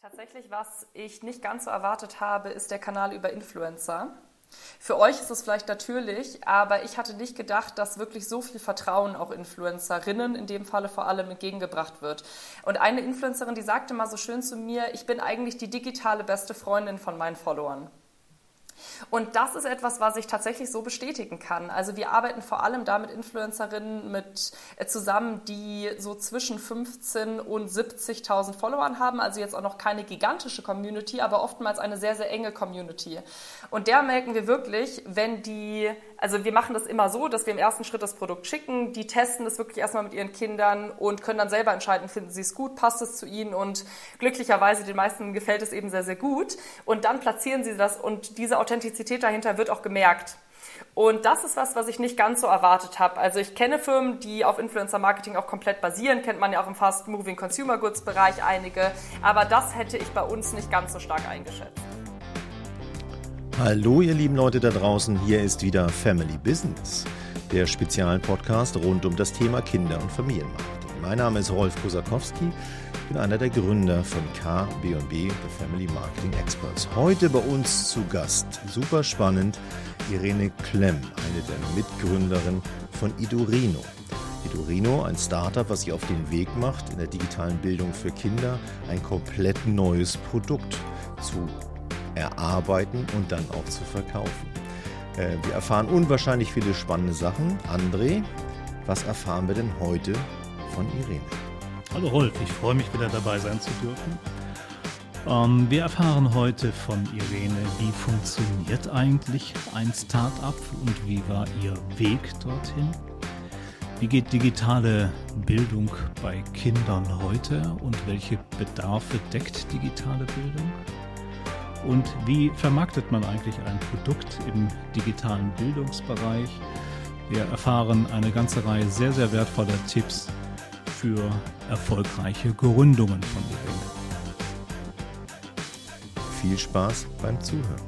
Tatsächlich, was ich nicht ganz so erwartet habe, ist der Kanal über Influencer. Für euch ist es vielleicht natürlich, aber ich hatte nicht gedacht, dass wirklich so viel Vertrauen auch Influencerinnen in dem Falle vor allem entgegengebracht wird. Und eine Influencerin, die sagte mal so schön zu mir, ich bin eigentlich die digitale beste Freundin von meinen Followern. Und das ist etwas, was ich tatsächlich so bestätigen kann. Also wir arbeiten vor allem da mit Influencerinnen zusammen, die so zwischen 15.000 und 70.000 Followern haben. Also jetzt auch noch keine gigantische Community, aber oftmals eine sehr, sehr enge Community. Und der merken wir wirklich, also wir machen das immer so, dass wir im ersten Schritt das Produkt schicken. Die testen das wirklich erstmal mit ihren Kindern und können dann selber entscheiden, finden sie es gut, passt es zu ihnen. Und glücklicherweise den meisten gefällt es eben sehr, sehr gut. Und dann platzieren sie das und diese Authentizität dahinter wird auch gemerkt. Und das ist was ich nicht ganz so erwartet habe. Also ich kenne Firmen, die auf Influencer-Marketing auch komplett basieren, kennt man ja auch im Fast-Moving Consumer Goods-Bereich einige, aber das hätte ich bei uns nicht ganz so stark eingeschätzt. Hallo ihr lieben Leute da draußen, hier ist wieder Family Business, der Spezialpodcast rund um das Thema Kinder- und Familienmarketing. Mein Name ist Rolf Kosakowski. Ich bin einer der Gründer von KBB, The Family Marketing Experts. Heute bei uns zu Gast, super spannend, Irene Klemm, eine der Mitgründerinnen von Idurino. Idurino, ein Startup, was sich auf den Weg macht, in der digitalen Bildung für Kinder ein komplett neues Produkt zu erarbeiten und dann auch zu verkaufen. Wir erfahren unwahrscheinlich viele spannende Sachen. André, was erfahren wir denn heute von Irene? Hallo Rolf, ich freue mich wieder dabei sein zu dürfen. Wir erfahren heute von Irene, wie funktioniert eigentlich ein Start-up und wie war ihr Weg dorthin? Wie geht digitale Bildung bei Kindern heute und welche Bedarfe deckt digitale Bildung? Und wie vermarktet man eigentlich ein Produkt im digitalen Bildungsbereich? Wir erfahren eine ganze Reihe sehr, sehr wertvoller Tipps für erfolgreiche Gründungen von Irene. Viel Spaß beim Zuhören.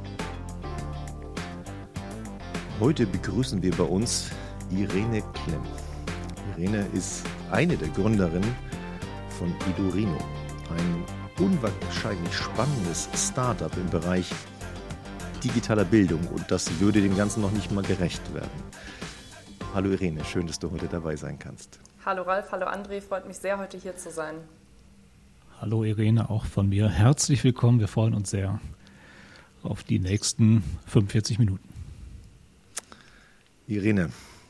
Heute begrüßen wir bei uns Irene Klemm. Irene ist eine der Gründerinnen von Idurino, ein unwahrscheinlich spannendes Startup im Bereich digitaler Bildung und das würde dem Ganzen noch nicht mal gerecht werden. Hallo Irene, schön, dass du heute dabei sein kannst. Hallo Ralf, hallo André, freut mich sehr, heute hier zu sein. Hallo Irene, auch von mir. Herzlich willkommen, wir freuen uns sehr auf die nächsten 45 Minuten. Irene,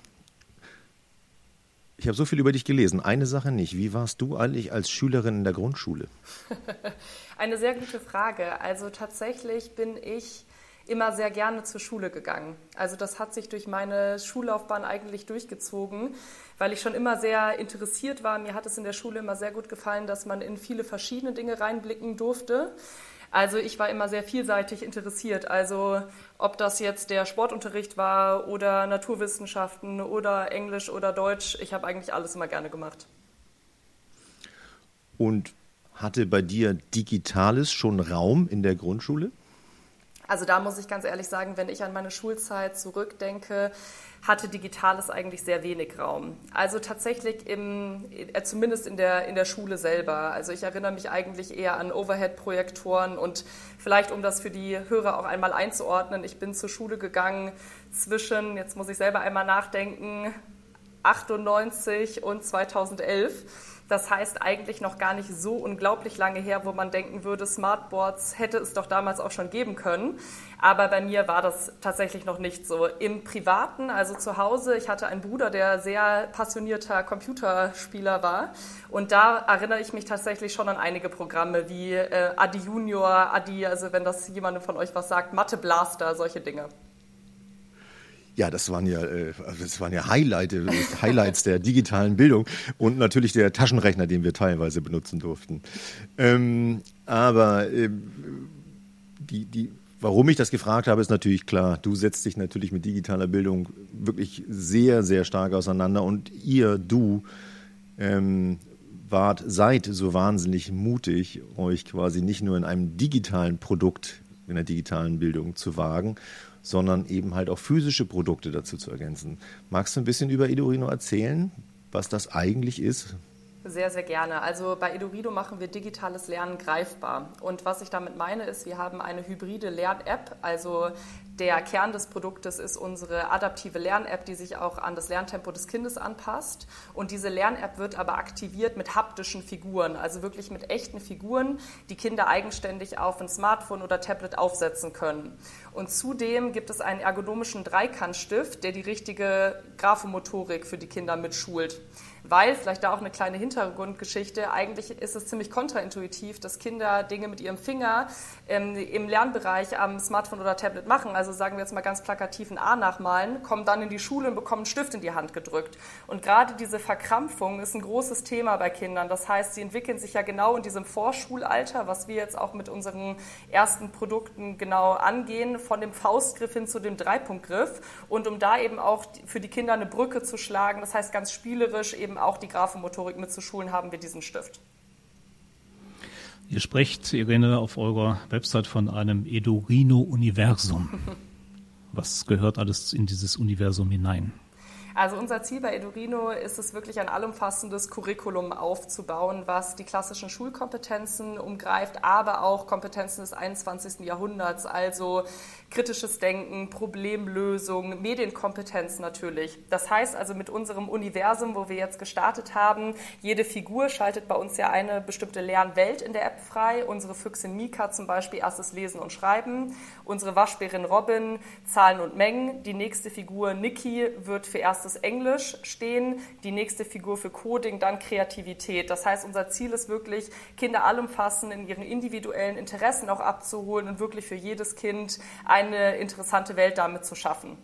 ich habe so viel über dich gelesen, eine Sache nicht. Wie warst du eigentlich als Schülerin in der Grundschule? Eine sehr gute Frage. Also tatsächlich bin ich immer sehr gerne zur Schule gegangen. Also das hat sich durch meine Schullaufbahn eigentlich durchgezogen, weil ich schon immer sehr interessiert war. Mir hat es in der Schule immer sehr gut gefallen, dass man in viele verschiedene Dinge reinblicken durfte. Also ich war immer sehr vielseitig interessiert. Also ob das jetzt der Sportunterricht war oder Naturwissenschaften oder Englisch oder Deutsch, ich habe eigentlich alles immer gerne gemacht. Und hatte bei dir Digitales schon Raum in der Grundschule? Also da muss ich ganz ehrlich sagen, wenn ich an meine Schulzeit zurückdenke, hatte Digitales eigentlich sehr wenig Raum. Also tatsächlich zumindest in der Schule selber. Also ich erinnere mich eigentlich eher an Overhead-Projektoren und vielleicht, um das für die Hörer auch einmal einzuordnen, ich bin zur Schule gegangen zwischen, jetzt muss ich selber einmal nachdenken, 98 und 2011. Das heißt eigentlich noch gar nicht so unglaublich lange her, wo man denken würde, Smartboards hätte es doch damals auch schon geben können. Aber bei mir war das tatsächlich noch nicht so. Im Privaten, also zu Hause, ich hatte einen Bruder, der sehr passionierter Computerspieler war. Und da erinnere ich mich tatsächlich schon an einige Programme wie Adi Junior, Adi, also wenn das jemandem von euch was sagt, Mathe Blaster, solche Dinge. Ja, das waren ja Highlights der digitalen Bildung und natürlich der Taschenrechner, den wir teilweise benutzen durften. Warum ich das gefragt habe, ist natürlich klar. Du setzt dich natürlich mit digitaler Bildung wirklich sehr, sehr stark auseinander und seid so wahnsinnig mutig, euch quasi nicht nur in einem digitalen Produkt, in der digitalen Bildung zu wagen, sondern eben halt auch physische Produkte dazu zu ergänzen. Magst du ein bisschen über Idurino erzählen, was das eigentlich ist? Sehr, sehr gerne. Also bei Edurido machen wir digitales Lernen greifbar. Und was ich damit meine, ist, wir haben eine hybride Lern-App. Also der Kern des Produktes ist unsere adaptive Lern-App, die sich auch an das Lerntempo des Kindes anpasst. Und diese Lern-App wird aber aktiviert mit haptischen Figuren, also wirklich mit echten Figuren, die Kinder eigenständig auf ein Smartphone oder Tablet aufsetzen können. Und zudem gibt es einen ergonomischen Dreikantstift, der die richtige Graphomotorik für die Kinder mitschult. Weil, vielleicht da auch eine kleine Hintergrundgeschichte, eigentlich ist es ziemlich kontraintuitiv, dass Kinder Dinge mit ihrem Finger im Lernbereich am Smartphone oder Tablet machen. Also sagen wir jetzt mal ganz plakativ ein A nachmalen, kommen dann in die Schule und bekommen einen Stift in die Hand gedrückt. Und gerade diese Verkrampfung ist ein großes Thema bei Kindern. Das heißt, sie entwickeln sich ja genau in diesem Vorschulalter, was wir jetzt auch mit unseren ersten Produkten genau angehen, von dem Faustgriff hin zu dem Dreipunktgriff. Und um da eben auch für die Kinder eine Brücke zu schlagen, das heißt ganz spielerisch eben auch die Graphomotorik mitzuschulen, haben wir diesen Stift. Ihr sprecht, Irene, auf eurer Website von einem Edurino-Universum. Was gehört alles in dieses Universum hinein? Also unser Ziel bei Edurino ist es wirklich, ein allumfassendes Curriculum aufzubauen, was die klassischen Schulkompetenzen umgreift, aber auch Kompetenzen des 21. Jahrhunderts, also kritisches Denken, Problemlösung, Medienkompetenz natürlich. Das heißt also mit unserem Universum, wo wir jetzt gestartet haben, jede Figur schaltet bei uns ja eine bestimmte Lernwelt in der App frei. Unsere Füchsin Mika zum Beispiel erstes Lesen und Schreiben, unsere Waschbärin Robin Zahlen und Mengen, die nächste Figur Niki wird für erstes Englisch stehen, die nächste Figur für Coding, dann Kreativität. Das heißt, unser Ziel ist wirklich, Kinder allumfassend in ihren individuellen Interessen auch abzuholen und wirklich für jedes Kind eine interessante Welt damit zu schaffen.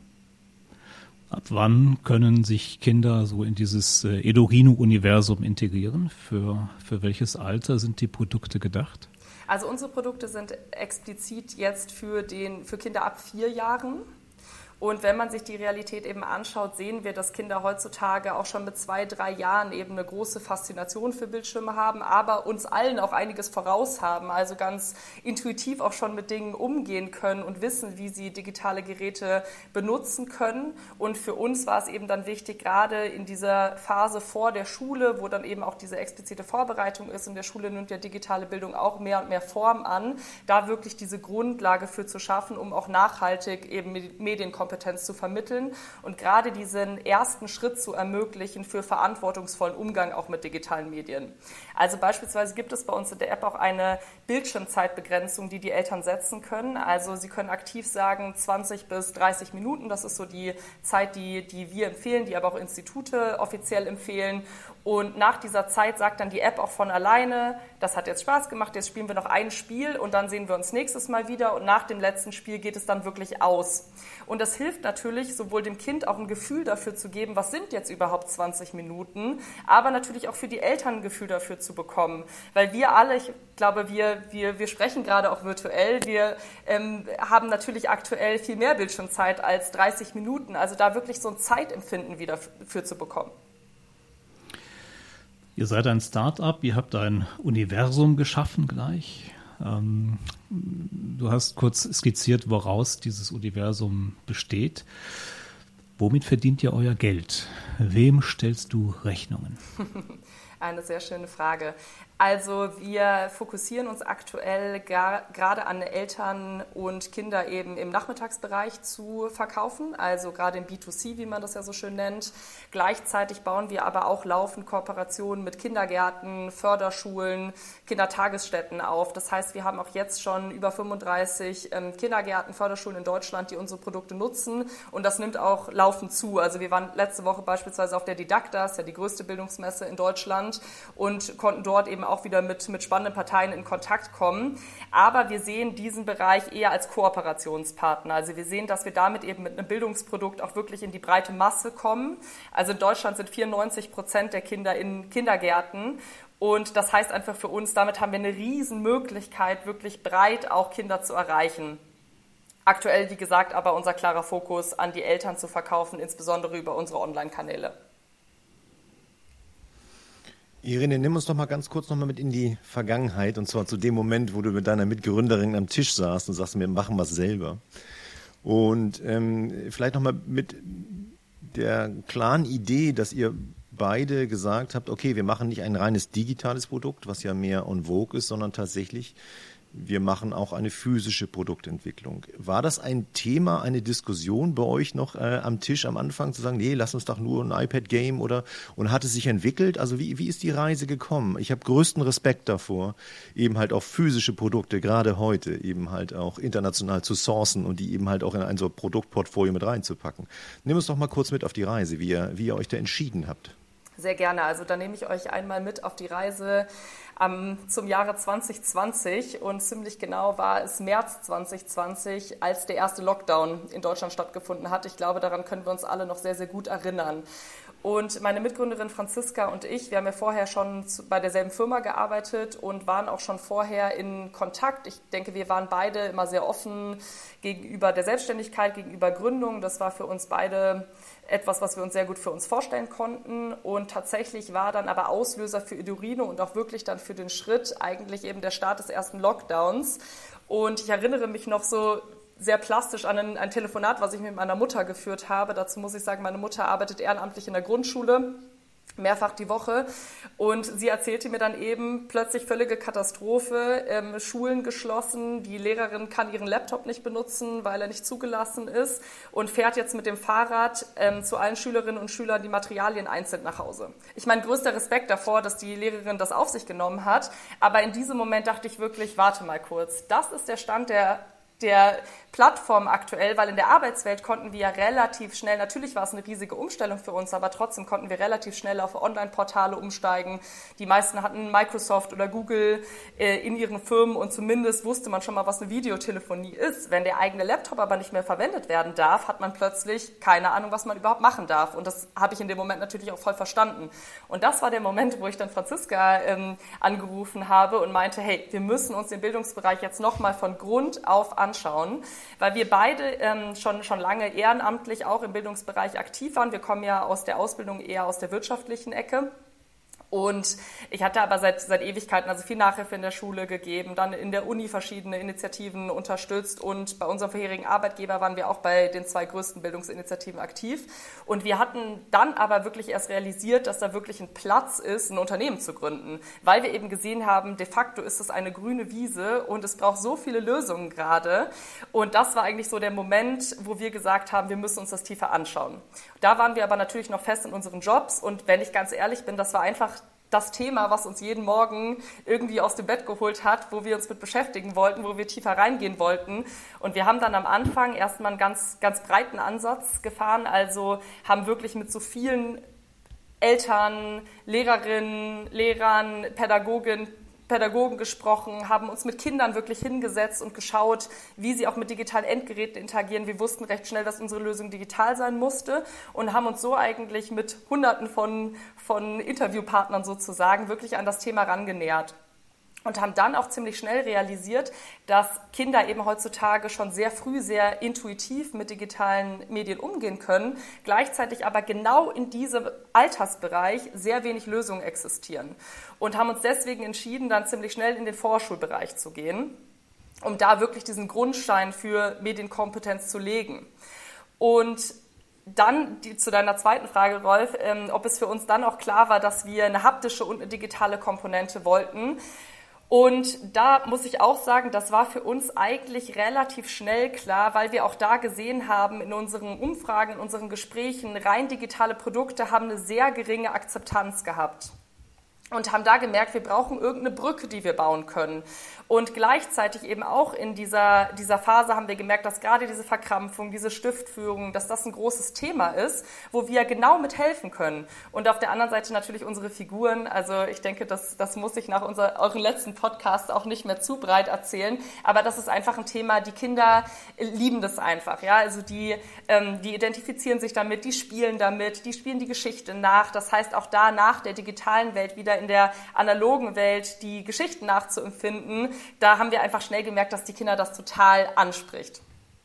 Ab wann können sich Kinder so in dieses Edurino-Universum integrieren? Für welches Alter sind die Produkte gedacht? Also unsere Produkte sind explizit jetzt für Kinder ab 4 Jahren. Und wenn man sich die Realität eben anschaut, sehen wir, dass Kinder heutzutage auch schon mit 2, 3 Jahren eben eine große Faszination für Bildschirme haben, aber uns allen auch einiges voraus haben, also ganz intuitiv auch schon mit Dingen umgehen können und wissen, wie sie digitale Geräte benutzen können. Und für uns war es eben dann wichtig, gerade in dieser Phase vor der Schule, wo dann eben auch diese explizite Vorbereitung ist, in der Schule nimmt ja digitale Bildung auch mehr und mehr Form an, da wirklich diese Grundlage für zu schaffen, um auch nachhaltig eben Medienkompetenz zu vermitteln und gerade diesen ersten Schritt zu ermöglichen für verantwortungsvollen Umgang auch mit digitalen Medien. Also beispielsweise gibt es bei uns in der App auch eine Bildschirmzeitbegrenzung, die Eltern setzen können. Also sie können aktiv sagen 20 bis 30 Minuten, das ist so die Zeit, die wir empfehlen, die aber auch Institute offiziell empfehlen. Und nach dieser Zeit sagt dann die App auch von alleine, das hat jetzt Spaß gemacht, jetzt spielen wir noch ein Spiel und dann sehen wir uns nächstes Mal wieder und nach dem letzten Spiel geht es dann wirklich aus. Und das hilft natürlich, sowohl dem Kind auch ein Gefühl dafür zu geben, was sind jetzt überhaupt 20 Minuten, aber natürlich auch für die Eltern ein Gefühl dafür zu bekommen. Weil wir alle, ich glaube, wir sprechen gerade auch virtuell, wir haben natürlich aktuell viel mehr Bildschirmzeit als 30 Minuten, also da wirklich so ein Zeitempfinden wieder für zu bekommen. Ihr seid ein Start-up, ihr habt ein Universum geschaffen gleich. Du hast kurz skizziert, woraus dieses Universum besteht. Womit verdient ihr euer Geld? Wem stellst du Rechnungen? Eine sehr schöne Frage. Also wir fokussieren uns aktuell gerade an Eltern und Kinder eben im Nachmittagsbereich zu verkaufen, also gerade im B2C, wie man das ja so schön nennt. Gleichzeitig bauen wir aber auch laufend Kooperationen mit Kindergärten, Förderschulen, Kindertagesstätten auf. Das heißt, wir haben auch jetzt schon über 35 Kindergärten, Förderschulen in Deutschland, die unsere Produkte nutzen und das nimmt auch laufend zu. Also wir waren letzte Woche beispielsweise auf der Didaktas, ja die größte Bildungsmesse in Deutschland und konnten dort eben auch wieder mit spannenden Parteien in Kontakt kommen. Aber wir sehen diesen Bereich eher als Kooperationspartner. Also wir sehen, dass wir damit eben mit einem Bildungsprodukt auch wirklich in die breite Masse kommen. Also in Deutschland sind 94% der Kinder in Kindergärten. Und das heißt einfach für uns, damit haben wir eine riesen Möglichkeit, wirklich breit auch Kinder zu erreichen. Aktuell, wie gesagt, aber unser klarer Fokus an die Eltern zu verkaufen, insbesondere über unsere Online-Kanäle. Irene, nimm uns doch mal ganz kurz noch mal mit in die Vergangenheit und zwar zu dem Moment, wo du mit deiner Mitgründerin am Tisch saßt und sagst, wir machen was selber. Und vielleicht noch mal mit der klaren Idee, dass ihr beide gesagt habt, okay, wir machen nicht ein reines digitales Produkt, was ja mehr en vogue ist, sondern tatsächlich, wir machen auch eine physische Produktentwicklung. War das ein Thema, eine Diskussion bei euch noch am Tisch am Anfang zu sagen, nee, lass uns doch nur ein iPad-Game und hat es sich entwickelt? Also wie ist die Reise gekommen? Ich habe größten Respekt davor, eben halt auch physische Produkte, gerade heute, eben halt auch international zu sourcen und die eben halt auch in ein so Produktportfolio mit reinzupacken. Nimm uns doch mal kurz mit auf die Reise, wie ihr euch da entschieden habt. Sehr gerne. Also da nehme ich euch einmal mit auf die Reise zum Jahre 2020 und ziemlich genau war es März 2020, als der erste Lockdown in Deutschland stattgefunden hat. Ich glaube, daran können wir uns alle noch sehr, sehr gut erinnern. Und meine Mitgründerin Franziska und ich, wir haben ja vorher schon bei derselben Firma gearbeitet und waren auch schon vorher in Kontakt. Ich denke, wir waren beide immer sehr offen gegenüber der Selbstständigkeit, gegenüber Gründung. Das war für uns beide etwas, was wir uns sehr gut für uns vorstellen konnten. Und tatsächlich war dann aber Auslöser für Edurino und auch wirklich dann für den Schritt eigentlich eben der Start des ersten Lockdowns. Und ich erinnere mich noch so sehr plastisch an ein Telefonat, was ich mit meiner Mutter geführt habe. Dazu muss ich sagen, meine Mutter arbeitet ehrenamtlich in der Grundschule, mehrfach die Woche. Und sie erzählte mir dann eben plötzlich völlige Katastrophe, Schulen geschlossen, die Lehrerin kann ihren Laptop nicht benutzen, weil er nicht zugelassen ist und fährt jetzt mit dem Fahrrad zu allen Schülerinnen und Schülern die Materialien einzeln nach Hause. Ich meine, größter Respekt davor, dass die Lehrerin das auf sich genommen hat, aber in diesem Moment dachte ich wirklich, warte mal kurz, das ist der Stand der Plattform aktuell, weil in der Arbeitswelt konnten wir ja relativ schnell, natürlich war es eine riesige Umstellung für uns, aber trotzdem konnten wir relativ schnell auf Online-Portale umsteigen. Die meisten hatten Microsoft oder Google in ihren Firmen und zumindest wusste man schon mal, was eine Videotelefonie ist. Wenn der eigene Laptop aber nicht mehr verwendet werden darf, hat man plötzlich keine Ahnung, was man überhaupt machen darf. Und das habe ich in dem Moment natürlich auch voll verstanden. Und das war der Moment, wo ich dann Franziska angerufen habe und meinte, hey, wir müssen uns den Bildungsbereich jetzt nochmal von Grund auf anschauen, weil wir beide schon lange ehrenamtlich auch im Bildungsbereich aktiv waren. Wir kommen ja aus der Ausbildung eher aus der wirtschaftlichen Ecke. Und ich hatte aber seit Ewigkeiten also viel Nachhilfe in der Schule gegeben, dann in der Uni verschiedene Initiativen unterstützt und bei unserem vorherigen Arbeitgeber waren wir auch bei den 2 größten Bildungsinitiativen aktiv. Und wir hatten dann aber wirklich erst realisiert, dass da wirklich ein Platz ist, ein Unternehmen zu gründen, weil wir eben gesehen haben, de facto ist es eine grüne Wiese und es braucht so viele Lösungen gerade. Und das war eigentlich so der Moment, wo wir gesagt haben, wir müssen uns das tiefer anschauen. Da waren wir aber natürlich noch fest in unseren Jobs und wenn ich ganz ehrlich bin, das war einfach das Thema, was uns jeden Morgen irgendwie aus dem Bett geholt hat, wo wir uns mit beschäftigen wollten, wo wir tiefer reingehen wollten. Und wir haben dann am Anfang erstmal einen ganz, ganz breiten Ansatz gefahren, also haben wirklich mit so vielen Eltern, Lehrerinnen, Lehrern, Pädagogen gesprochen, haben uns mit Kindern wirklich hingesetzt und geschaut, wie sie auch mit digitalen Endgeräten interagieren. Wir wussten recht schnell, dass unsere Lösung digital sein musste und haben uns so eigentlich mit Hunderten von Interviewpartnern sozusagen wirklich an das Thema rangenähert. Und haben dann auch ziemlich schnell realisiert, dass Kinder eben heutzutage schon sehr früh sehr intuitiv mit digitalen Medien umgehen können, gleichzeitig aber genau in diesem Altersbereich sehr wenig Lösungen existieren. Und haben uns deswegen entschieden, dann ziemlich schnell in den Vorschulbereich zu gehen, um da wirklich diesen Grundstein für Medienkompetenz zu legen. Und dann zu deiner zweiten Frage, Rolf, ob es für uns dann auch klar war, dass wir eine haptische und eine digitale Komponente wollten. Und da muss ich auch sagen, das war für uns eigentlich relativ schnell klar, weil wir auch da gesehen haben in unseren Umfragen, in unseren Gesprächen, rein digitale Produkte haben eine sehr geringe Akzeptanz gehabt. Und haben da gemerkt, wir brauchen irgendeine Brücke, die wir bauen können. Und gleichzeitig eben auch in dieser Phase haben wir gemerkt, dass gerade diese Verkrampfung, diese Stiftführung, dass das ein großes Thema ist, wo wir genau mit helfen können. Und auf der anderen Seite natürlich unsere Figuren. Also ich denke, das muss ich nach euren letzten Podcast auch nicht mehr zu breit erzählen. Aber das ist einfach ein Thema, die Kinder lieben das einfach. Ja? Also die identifizieren sich damit, die spielen die Geschichte nach. Das heißt, auch da nach der digitalen Welt wieder in der analogen Welt die Geschichten nachzuempfinden, da haben wir einfach schnell gemerkt, dass die Kinder das total anspricht.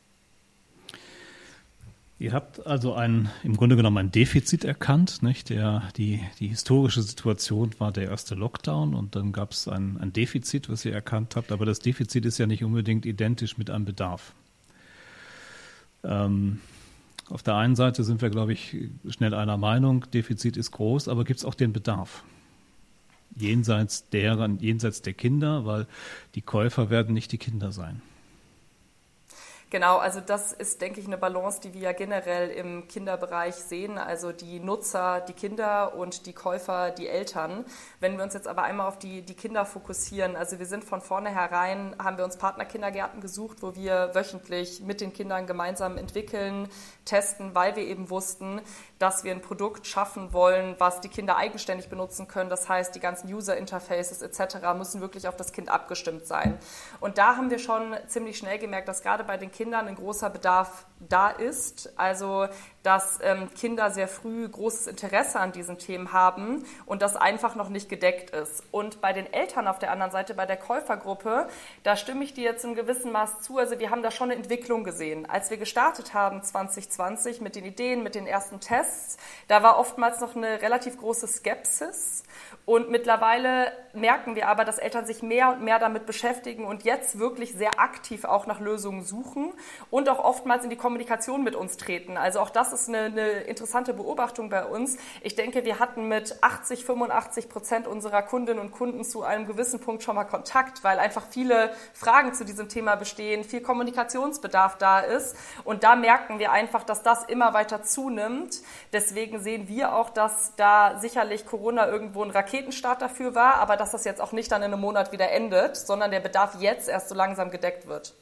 Ihr habt also im Grunde genommen ein Defizit erkannt, nicht? Die historische Situation war der erste Lockdown und dann gab es ein Defizit, was ihr erkannt habt, aber das Defizit ist ja nicht unbedingt identisch mit einem Bedarf. Auf der einen Seite sind wir, glaube ich, schnell einer Meinung, Defizit ist groß, aber gibt es auch den Bedarf? Jenseits der Kinder, weil die Käufer werden nicht die Kinder sein. Genau, also das ist, denke ich, eine Balance, die wir ja generell im Kinderbereich sehen, also die Nutzer, die Kinder und die Käufer, die Eltern. Wenn wir uns jetzt aber einmal auf die Kinder fokussieren, also wir sind von vornherein, haben wir uns Partnerkindergärten gesucht, wo wir wöchentlich mit den Kindern gemeinsam entwickeln, testen, weil wir eben wussten, dass wir ein Produkt schaffen wollen, was die Kinder eigenständig benutzen können. Das heißt, die ganzen User-Interfaces etc. müssen wirklich auf das Kind abgestimmt sein. Und da haben wir schon ziemlich schnell gemerkt, dass gerade bei den Kindern ein großer Bedarf da ist. Also, dass Kinder sehr früh großes Interesse an diesen Themen haben und das einfach noch nicht gedeckt ist. Und bei den Eltern auf der anderen Seite, bei der Käufergruppe, da stimme ich dir jetzt in gewissem Maß zu. Also wir haben da schon eine Entwicklung gesehen. Als wir gestartet haben 2020 mit den Ideen, mit den ersten Tests, da war oftmals noch eine relativ große Skepsis. Und mittlerweile merken wir aber, dass Eltern sich mehr und mehr damit beschäftigen und jetzt wirklich sehr aktiv auch nach Lösungen suchen und auch oftmals in die Kommunikation mit uns treten. Also auch das ist eine interessante Beobachtung bei uns. Ich denke, wir hatten mit 85% unserer Kundinnen und Kunden zu einem gewissen Punkt schon mal Kontakt, weil einfach viele Fragen zu diesem Thema bestehen, viel Kommunikationsbedarf da ist. Und da merken wir einfach, dass das immer weiter zunimmt. Deswegen sehen wir auch, dass da sicherlich Corona irgendwo ein Raketenstart dafür war, aber dass das jetzt auch nicht dann in einem Monat wieder endet, sondern der Bedarf jetzt erst so langsam gedeckt wird.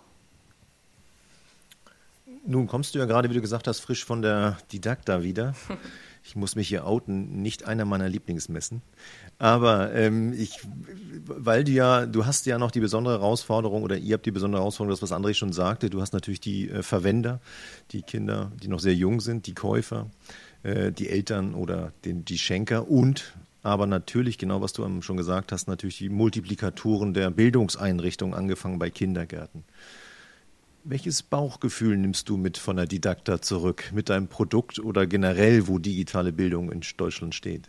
Nun kommst du ja gerade, wie du gesagt hast, frisch von der Didakta wieder. Ich muss mich hier outen, nicht einer meiner Lieblingsmessen. Aber du hast ja noch die besondere Herausforderung, oder ihr habt die besondere Herausforderung, das, was André schon sagte. Du hast natürlich die Verwender, die Kinder, die noch sehr jung sind, die Käufer, die Eltern oder die Schenker und aber natürlich, genau was du schon gesagt hast, natürlich die Multiplikatoren der Bildungseinrichtungen, angefangen bei Kindergärten. Welches Bauchgefühl nimmst du mit von der Didakta zurück, mit deinem Produkt oder generell, wo digitale Bildung in Deutschland steht?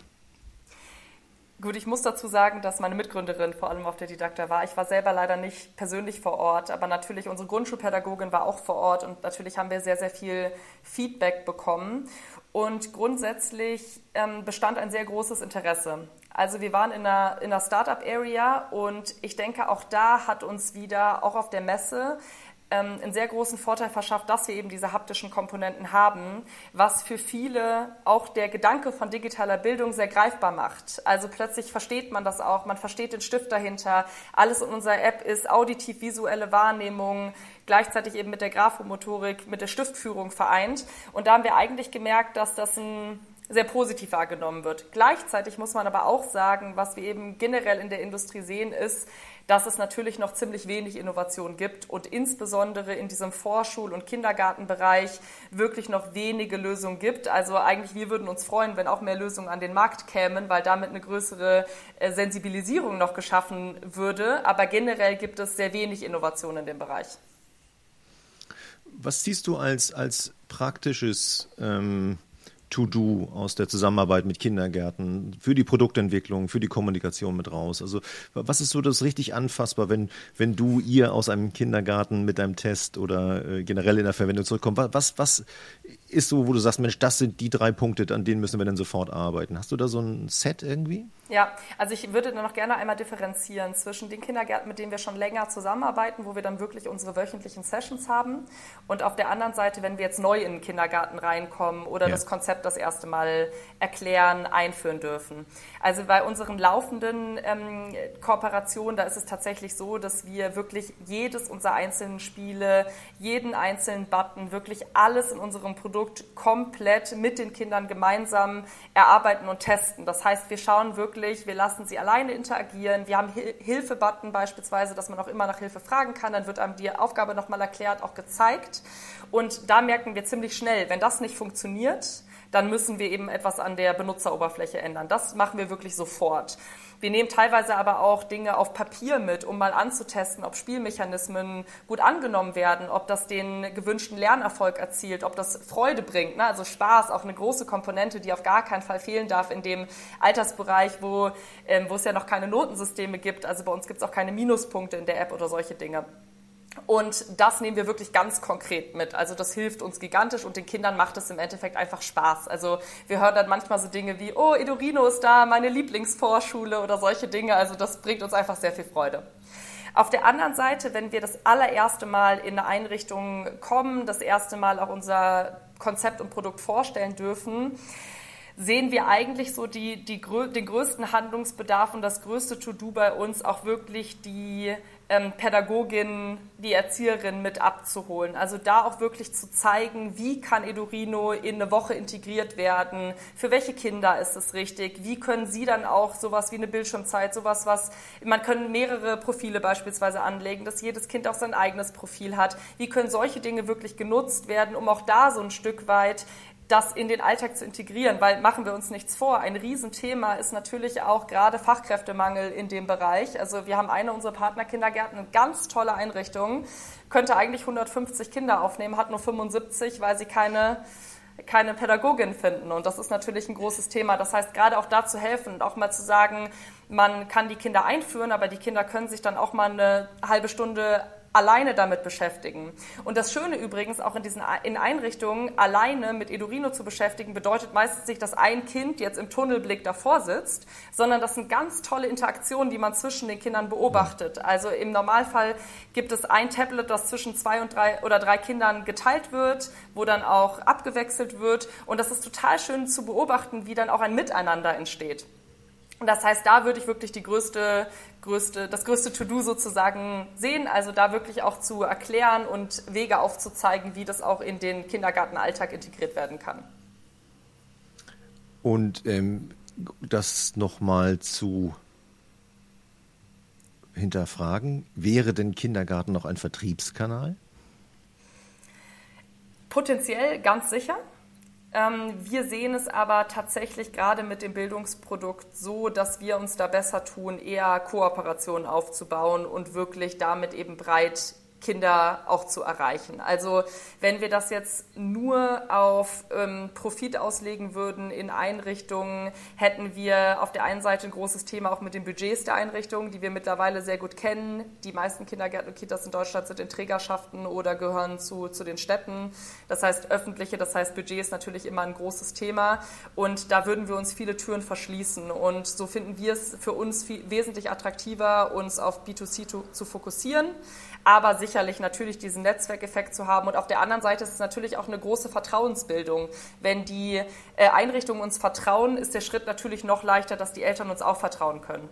Gut, ich muss dazu sagen, dass meine Mitgründerin vor allem auf der Didakta war. Ich war selber leider nicht persönlich vor Ort, aber natürlich unsere Grundschulpädagogin war auch vor Ort und natürlich haben wir sehr, sehr viel Feedback bekommen. Und grundsätzlich bestand ein sehr großes Interesse. Also wir waren in einer Startup-Area und ich denke, auch da hat uns wieder, auch auf der Messe, einen sehr großen Vorteil verschafft, dass wir eben diese haptischen Komponenten haben, was für viele auch der Gedanke von digitaler Bildung sehr greifbar macht. Also plötzlich versteht man das auch, man versteht den Stift dahinter, alles in unserer App ist auditiv-visuelle Wahrnehmung, gleichzeitig eben mit der Graphomotorik, mit der Stiftführung vereint. Und da haben wir eigentlich gemerkt, dass das sehr positiv wahrgenommen wird. Gleichzeitig muss man aber auch sagen, was wir eben generell in der Industrie sehen, ist, dass es natürlich noch ziemlich wenig Innovation gibt und insbesondere in diesem Vorschul- und Kindergartenbereich wirklich noch wenige Lösungen gibt. Also eigentlich, wir würden uns freuen, wenn auch mehr Lösungen an den Markt kämen, weil damit eine größere Sensibilisierung noch geschaffen würde. Aber generell gibt es sehr wenig Innovation in dem Bereich. Was siehst du als praktisches To-Do aus der Zusammenarbeit mit Kindergärten für die Produktentwicklung, für die Kommunikation mit raus? Also was ist so das richtig anfassbar, wenn ihr aus einem Kindergarten mit einem Test oder generell in der Verwendung zurückkommt? Was ist so, wo du sagst, Mensch, das sind die 3 Punkte, an denen müssen wir dann sofort arbeiten? Hast du da so ein Set irgendwie? Ja, also ich würde dann noch gerne einmal differenzieren zwischen den Kindergärten, mit denen wir schon länger zusammenarbeiten, wo wir dann wirklich unsere wöchentlichen Sessions haben und auf der anderen Seite, wenn wir jetzt neu in den Kindergarten reinkommen oder das Konzept das erste Mal erklären, einführen dürfen. Also bei unseren laufenden Kooperationen, da ist es tatsächlich so, dass wir wirklich jedes unserer einzelnen Spiele, jeden einzelnen Button, wirklich alles in unserem Produkt komplett mit den Kindern gemeinsam erarbeiten und testen. Das heißt, wir schauen wirklich, wir lassen sie alleine interagieren. Wir haben Hilfe-Button beispielsweise, dass man auch immer nach Hilfe fragen kann. Dann wird einem die Aufgabe nochmal erklärt, auch gezeigt. Und da merken wir ziemlich schnell, wenn das nicht funktioniert, dann müssen wir eben etwas an der Benutzeroberfläche ändern. Das machen wir wirklich sofort. Wir nehmen teilweise aber auch Dinge auf Papier mit, um mal anzutesten, ob Spielmechanismen gut angenommen werden, ob das den gewünschten Lernerfolg erzielt, ob das Freude bringt. Ne? Also Spaß, auch eine große Komponente, die auf gar keinen Fall fehlen darf in dem Altersbereich, wo es ja noch keine Notensysteme gibt. Also bei uns gibt es auch keine Minuspunkte in der App oder solche Dinge. Und das nehmen wir wirklich ganz konkret mit. Also das hilft uns gigantisch und den Kindern macht es im Endeffekt einfach Spaß. Also wir hören dann manchmal so Dinge wie, oh, Edurino ist da, meine Lieblingsvorschule oder solche Dinge. Also das bringt uns einfach sehr viel Freude. Auf der anderen Seite, wenn wir das allererste Mal in eine Einrichtung kommen, das erste Mal auch unser Konzept und Produkt vorstellen dürfen, sehen wir eigentlich so den größten Handlungsbedarf und das größte To-Do bei uns auch wirklich die Pädagogin, die Erzieherin mit abzuholen. Also da auch wirklich zu zeigen, wie kann Edurino in eine Woche integriert werden, für welche Kinder ist es richtig, wie können sie dann auch sowas wie eine Bildschirmzeit, man können mehrere Profile beispielsweise anlegen, dass jedes Kind auch sein eigenes Profil hat, wie können solche Dinge wirklich genutzt werden, um auch da so ein Stück weit das in den Alltag zu integrieren, weil machen wir uns nichts vor. Ein Riesenthema ist natürlich auch gerade Fachkräftemangel in dem Bereich. Also wir haben eine unserer Partnerkindergärten, eine ganz tolle Einrichtung, könnte eigentlich 150 Kinder aufnehmen, hat nur 75, weil sie keine Pädagogin finden. Und das ist natürlich ein großes Thema. Das heißt, gerade auch da zu helfen und auch mal zu sagen, man kann die Kinder einführen, aber die Kinder können sich dann auch mal eine halbe Stunde alleine damit beschäftigen. Und das Schöne übrigens, auch in Einrichtungen alleine mit Edurino zu beschäftigen, bedeutet meistens nicht, dass ein Kind jetzt im Tunnelblick davor sitzt, sondern das sind ganz tolle Interaktionen, die man zwischen den Kindern beobachtet. Also im Normalfall gibt es ein Tablet, das zwischen 2 und 3 oder 3 Kindern geteilt wird, wo dann auch abgewechselt wird. Und das ist total schön zu beobachten, wie dann auch ein Miteinander entsteht. Und das heißt, da würde ich wirklich das größte To-Do sozusagen sehen, also da wirklich auch zu erklären und Wege aufzuzeigen, wie das auch in den Kindergartenalltag integriert werden kann. Und das nochmal zu hinterfragen, wäre denn Kindergarten noch ein Vertriebskanal? Potenziell ganz sicher. Wir sehen es aber tatsächlich gerade mit dem Bildungsprodukt so, dass wir uns da besser tun, eher Kooperationen aufzubauen und wirklich damit eben breit Kinder auch zu erreichen. Also wenn wir das jetzt nur auf Profit auslegen würden in Einrichtungen, hätten wir auf der einen Seite ein großes Thema auch mit den Budgets der Einrichtungen, die wir mittlerweile sehr gut kennen. Die meisten Kindergärten und Kitas in Deutschland sind in Trägerschaften oder gehören zu den Städten. Das heißt Budget ist natürlich immer ein großes Thema und da würden wir uns viele Türen verschließen und so finden wir es für uns wesentlich attraktiver, uns auf B2C zu fokussieren, aber sicherlich natürlich diesen Netzwerkeffekt zu haben. Und auf der anderen Seite ist es natürlich auch eine große Vertrauensbildung. Wenn die Einrichtungen uns vertrauen, ist der Schritt natürlich noch leichter, dass die Eltern uns auch vertrauen können.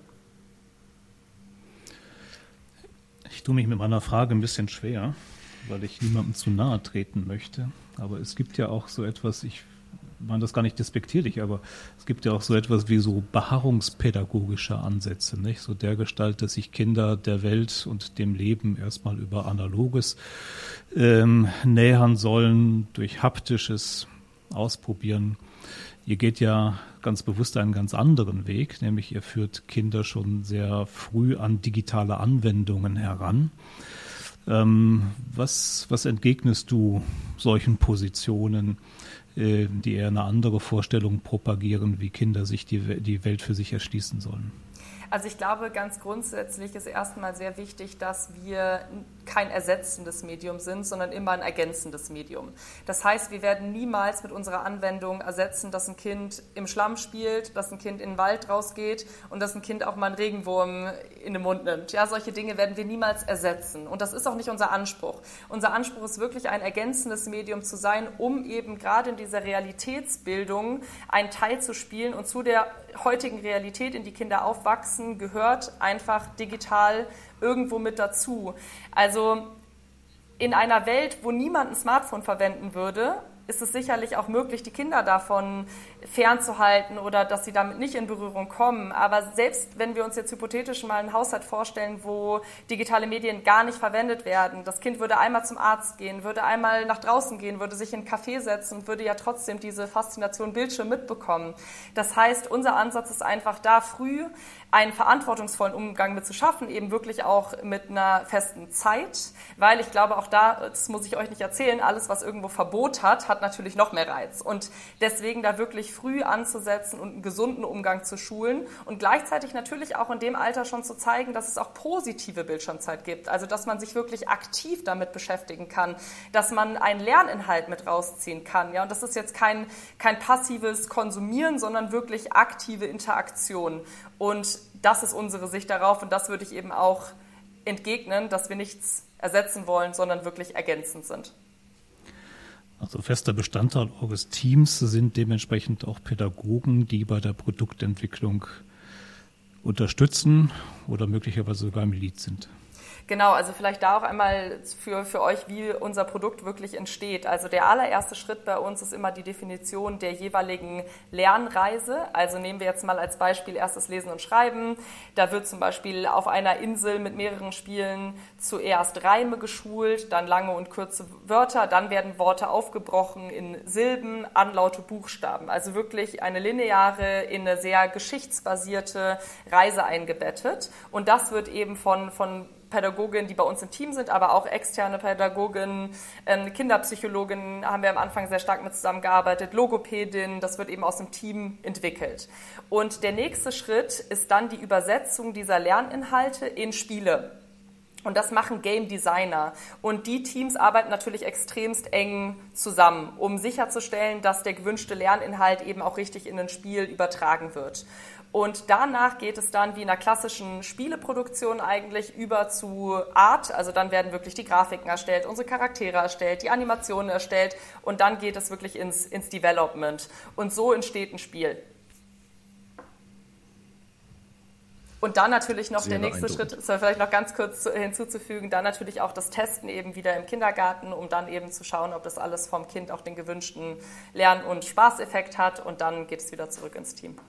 Ich tue mich mit meiner Frage ein bisschen schwer, weil ich niemandem zu nahe treten möchte. Aber es gibt ja auch so etwas, ich meine das gar nicht despektierlich, aber es gibt ja auch so etwas wie so beharrungspädagogische Ansätze, nicht? So dergestalt, dass sich Kinder der Welt und dem Leben erstmal über Analoges nähern sollen, durch haptisches Ausprobieren. Ihr geht ja ganz bewusst einen ganz anderen Weg, nämlich ihr führt Kinder schon sehr früh an digitale Anwendungen heran. Was entgegnest du solchen Positionen, die eher eine andere Vorstellung propagieren, wie Kinder sich die Welt für sich erschließen sollen? Also ich glaube, ganz grundsätzlich ist erstmal sehr wichtig, dass wir kein ersetzendes Medium sind, sondern immer ein ergänzendes Medium. Das heißt, wir werden niemals mit unserer Anwendung ersetzen, dass ein Kind im Schlamm spielt, dass ein Kind in den Wald rausgeht und dass ein Kind auch mal einen Regenwurm in den Mund nimmt. Ja, solche Dinge werden wir niemals ersetzen. Und das ist auch nicht unser Anspruch. Unser Anspruch ist wirklich, ein ergänzendes Medium zu sein, um eben gerade in dieser Realitätsbildung einen Teil zu spielen. Und zu der heutigen Realität, in die Kinder aufwachsen, gehört einfach digital irgendwo mit dazu. Also in einer Welt, wo niemand ein Smartphone verwenden würde, ist es sicherlich auch möglich, die Kinder davon fernzuhalten oder dass sie damit nicht in Berührung kommen. Aber selbst wenn wir uns jetzt hypothetisch mal einen Haushalt vorstellen, wo digitale Medien gar nicht verwendet werden, das Kind würde einmal zum Arzt gehen, würde einmal nach draußen gehen, würde sich in einen Café setzen und würde ja trotzdem diese Faszination Bildschirm mitbekommen. Das heißt, unser Ansatz ist einfach da früh einen verantwortungsvollen Umgang mit zu schaffen, eben wirklich auch mit einer festen Zeit, weil ich glaube auch da, das muss ich euch nicht erzählen, alles was irgendwo Verbot hat hat natürlich noch mehr Reiz. Und deswegen da wirklich früh anzusetzen und einen gesunden Umgang zu schulen und gleichzeitig natürlich auch in dem Alter schon zu zeigen, dass es auch positive Bildschirmzeit gibt. Also dass man sich wirklich aktiv damit beschäftigen kann, dass man einen Lerninhalt mit rausziehen kann. Ja? Und das ist jetzt kein passives Konsumieren, sondern wirklich aktive Interaktion. Und das ist unsere Sicht darauf und das würde ich eben auch entgegnen, dass wir nichts ersetzen wollen, sondern wirklich ergänzend sind. Also fester Bestandteil eures Teams sind dementsprechend auch Pädagogen, die bei der Produktentwicklung unterstützen oder möglicherweise sogar im Lead sind. Genau, also vielleicht da auch einmal für euch, wie unser Produkt wirklich entsteht. Also der allererste Schritt bei uns ist immer die Definition der jeweiligen Lernreise. Also nehmen wir jetzt mal als Beispiel erstes Lesen und Schreiben. Da wird zum Beispiel auf einer Insel mit mehreren Spielen zuerst Reime geschult, dann lange und kurze Wörter, dann werden Worte aufgebrochen in Silben, Anlaute, Buchstaben. Also wirklich eine lineare, in eine sehr geschichtsbasierte Reise eingebettet. Und das wird eben von Pädagoginnen, die bei uns im Team sind, aber auch externe Pädagoginnen, Kinderpsychologinnen haben wir am Anfang sehr stark mit zusammengearbeitet, Logopädin, das wird eben aus dem Team entwickelt. Und der nächste Schritt ist dann die Übersetzung dieser Lerninhalte in Spiele. Und das machen Game Designer. Und die Teams arbeiten natürlich extremst eng zusammen, um sicherzustellen, dass der gewünschte Lerninhalt eben auch richtig in ein Spiel übertragen wird. Und danach geht es dann wie in einer klassischen Spieleproduktion eigentlich über zu Art. Also dann werden wirklich die Grafiken erstellt, unsere Charaktere erstellt, die Animationen erstellt und dann geht es wirklich ins Development. Und so entsteht ein Spiel. Und dann natürlich noch der nächste Schritt, ist vielleicht noch ganz kurz hinzuzufügen, dann natürlich auch das Testen eben wieder im Kindergarten, um dann eben zu schauen, ob das alles vom Kind auch den gewünschten Lern- und Spaßeffekt hat und dann geht es wieder zurück ins Team.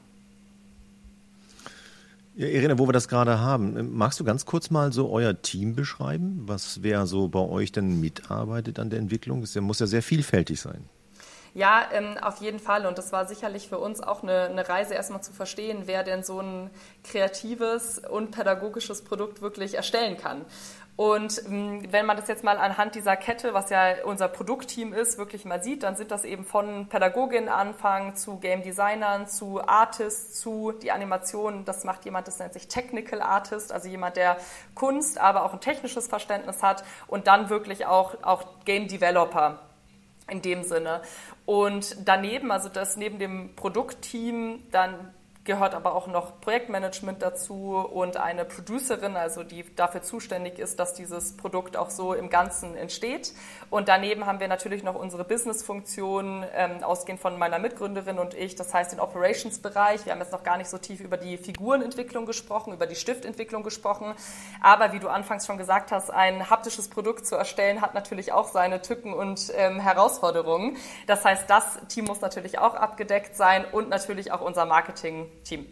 Ja, Irene, wo wir das gerade haben, magst du ganz kurz mal so euer Team beschreiben? Wer so bei euch denn mitarbeitet an der Entwicklung? Es muss ja sehr vielfältig sein. Ja, auf jeden Fall. Und das war sicherlich für uns auch eine Reise, erstmal zu verstehen, wer denn so ein kreatives und pädagogisches Produkt wirklich erstellen kann. Und wenn man das jetzt mal anhand dieser Kette, was ja unser Produktteam ist, wirklich mal sieht, dann sind das eben von Pädagoginnen anfangen zu Game Designern, zu Artists, zu die Animationen. Das macht jemand, das nennt sich Technical Artist, also jemand, der Kunst, aber auch ein technisches Verständnis hat und dann wirklich auch Game Developer in dem Sinne. Und daneben, also das neben dem Produktteam, dann gehört aber auch noch Projektmanagement dazu und eine Producerin, also die dafür zuständig ist, dass dieses Produkt auch so im Ganzen entsteht. Und daneben haben wir natürlich noch unsere Business-Funktion, ausgehend von meiner Mitgründerin und ich, das heißt den Operations-Bereich. Wir haben jetzt noch gar nicht so tief über die Figurenentwicklung gesprochen, über die Stiftentwicklung gesprochen. Aber wie du anfangs schon gesagt hast, ein haptisches Produkt zu erstellen, hat natürlich auch seine Tücken und Herausforderungen. Das heißt, das Team muss natürlich auch abgedeckt sein und natürlich auch unser Marketing-Team.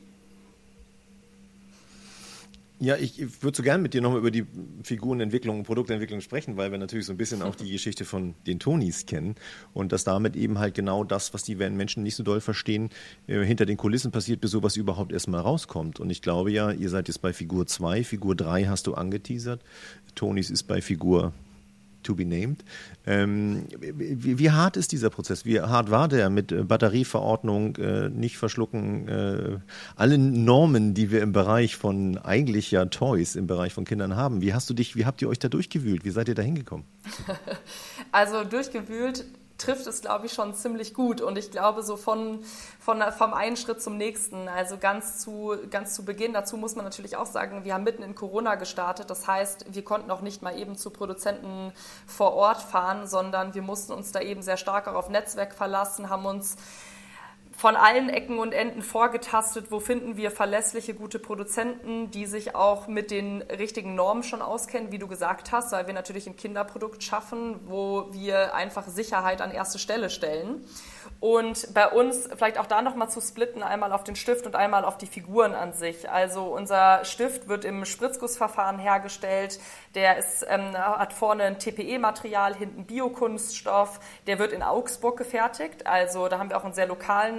Ja, ich würde so gerne mit dir nochmal über die Figurenentwicklung und Produktentwicklung sprechen, weil wir natürlich so ein bisschen auch die Geschichte von den Tonys kennen und dass damit eben halt genau das, was die Menschen nicht so doll verstehen, hinter den Kulissen passiert, bis sowas überhaupt erstmal rauskommt. Und ich glaube ja, ihr seid jetzt bei Figur 2, Figur 3 hast du angeteasert, Tonys ist bei Figur to be named. Wie hart ist dieser Prozess? Wie hart war der mit Batterieverordnung, nicht verschlucken, alle Normen, die wir im Bereich von eigentlich ja Toys, im Bereich von Kindern haben? Wie habt ihr euch da durchgewühlt? Wie seid ihr da hingekommen? Also durchgewühlt trifft es, glaube ich, schon ziemlich gut. Und ich glaube, so vom einen Schritt zum nächsten, also ganz zu Beginn, dazu muss man natürlich auch sagen, wir haben mitten in Corona gestartet. Das heißt, wir konnten auch nicht mal eben zu Produzenten vor Ort fahren, sondern wir mussten uns da eben sehr stark auch auf Netzwerk verlassen, haben uns von allen Ecken und Enden vorgetastet, wo finden wir verlässliche, gute Produzenten, die sich auch mit den richtigen Normen schon auskennen, wie du gesagt hast, weil wir natürlich ein Kinderprodukt schaffen, wo wir einfach Sicherheit an erste Stelle stellen. Und bei uns vielleicht auch da nochmal zu splitten, einmal auf den Stift und einmal auf die Figuren an sich. Also unser Stift wird im Spritzgussverfahren hergestellt, der hat vorne ein TPE-Material, hinten Biokunststoff, der wird in Augsburg gefertigt. Also da haben wir auch einen sehr lokalen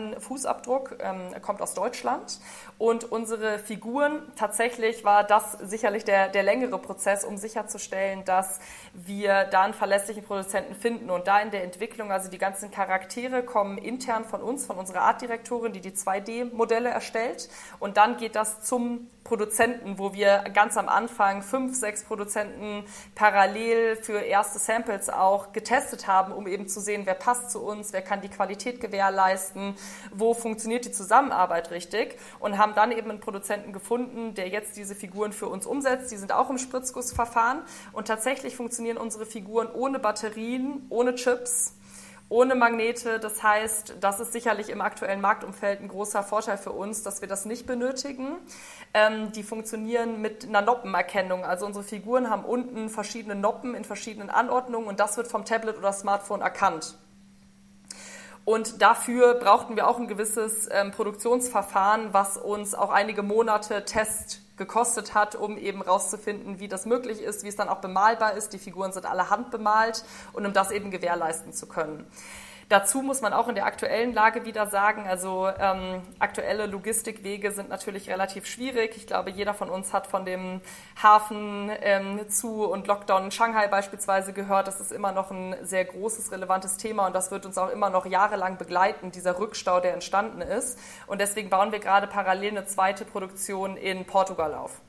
Fußabdruck, kommt aus Deutschland. Und unsere Figuren, tatsächlich war das sicherlich der längere Prozess, um sicherzustellen, dass wir da einen verlässlichen Produzenten finden. Und da in der Entwicklung, also die ganzen Charaktere kommen intern von uns, von unserer Artdirektorin, die 2D-Modelle erstellt. Und dann geht das zum Produzenten, wo wir ganz am Anfang 5, 6 Produzenten parallel für erste Samples auch getestet haben, um eben zu sehen, wer passt zu uns, wer kann die Qualität gewährleisten, wo funktioniert die Zusammenarbeit richtig, und haben dann eben einen Produzenten gefunden, der jetzt diese Figuren für uns umsetzt. Die sind auch im Spritzgussverfahren und tatsächlich funktionieren unsere Figuren ohne Batterien, ohne Chips, ohne Magnete. Das heißt, das ist sicherlich im aktuellen Marktumfeld ein großer Vorteil für uns, dass wir das nicht benötigen. Die funktionieren mit einer Noppenerkennung. Also unsere Figuren haben unten verschiedene Noppen in verschiedenen Anordnungen und das wird vom Tablet oder Smartphone erkannt. Und dafür brauchten wir auch ein gewisses Produktionsverfahren, was uns auch einige Monate Test gekostet hat, um eben rauszufinden, wie das möglich ist, wie es dann auch bemalbar ist. Die Figuren sind alle handbemalt und um das eben gewährleisten zu können. Dazu muss man auch in der aktuellen Lage wieder sagen, also aktuelle Logistikwege sind natürlich relativ schwierig. Ich glaube, jeder von uns hat von dem Hafen zu und Lockdown in Shanghai beispielsweise gehört. Das ist immer noch ein sehr großes, relevantes Thema und das wird uns auch immer noch jahrelang begleiten, dieser Rückstau, der entstanden ist. Und deswegen bauen wir gerade parallel eine zweite Produktion in Portugal auf.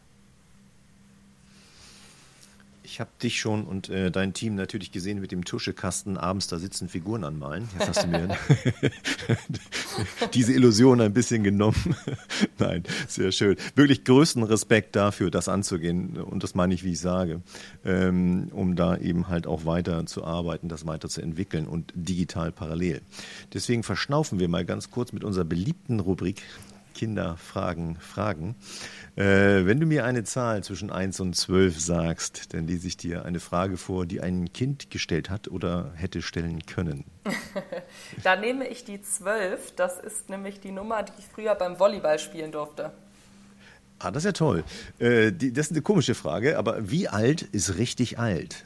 Ich habe dich schon und dein Team natürlich gesehen mit dem Tuschekasten abends da sitzen, Figuren anmalen. Jetzt hast du mir diese Illusion ein bisschen genommen. Nein, sehr schön. Wirklich größten Respekt dafür, das anzugehen. Und das meine ich, wie ich sage, um da eben halt auch weiter zu arbeiten, das weiter zu entwickeln und digital parallel. Deswegen verschnaufen wir mal ganz kurz mit unserer beliebten Rubrik Kinder fragen. Wenn du mir eine Zahl zwischen 1 und 12 sagst, dann lese ich dir eine Frage vor, die ein Kind gestellt hat oder hätte stellen können. Da nehme ich die 12. Das ist nämlich die Nummer, die ich früher beim Volleyball spielen durfte. Ah, das ist ja toll. Das ist eine komische Frage, aber wie alt ist richtig alt?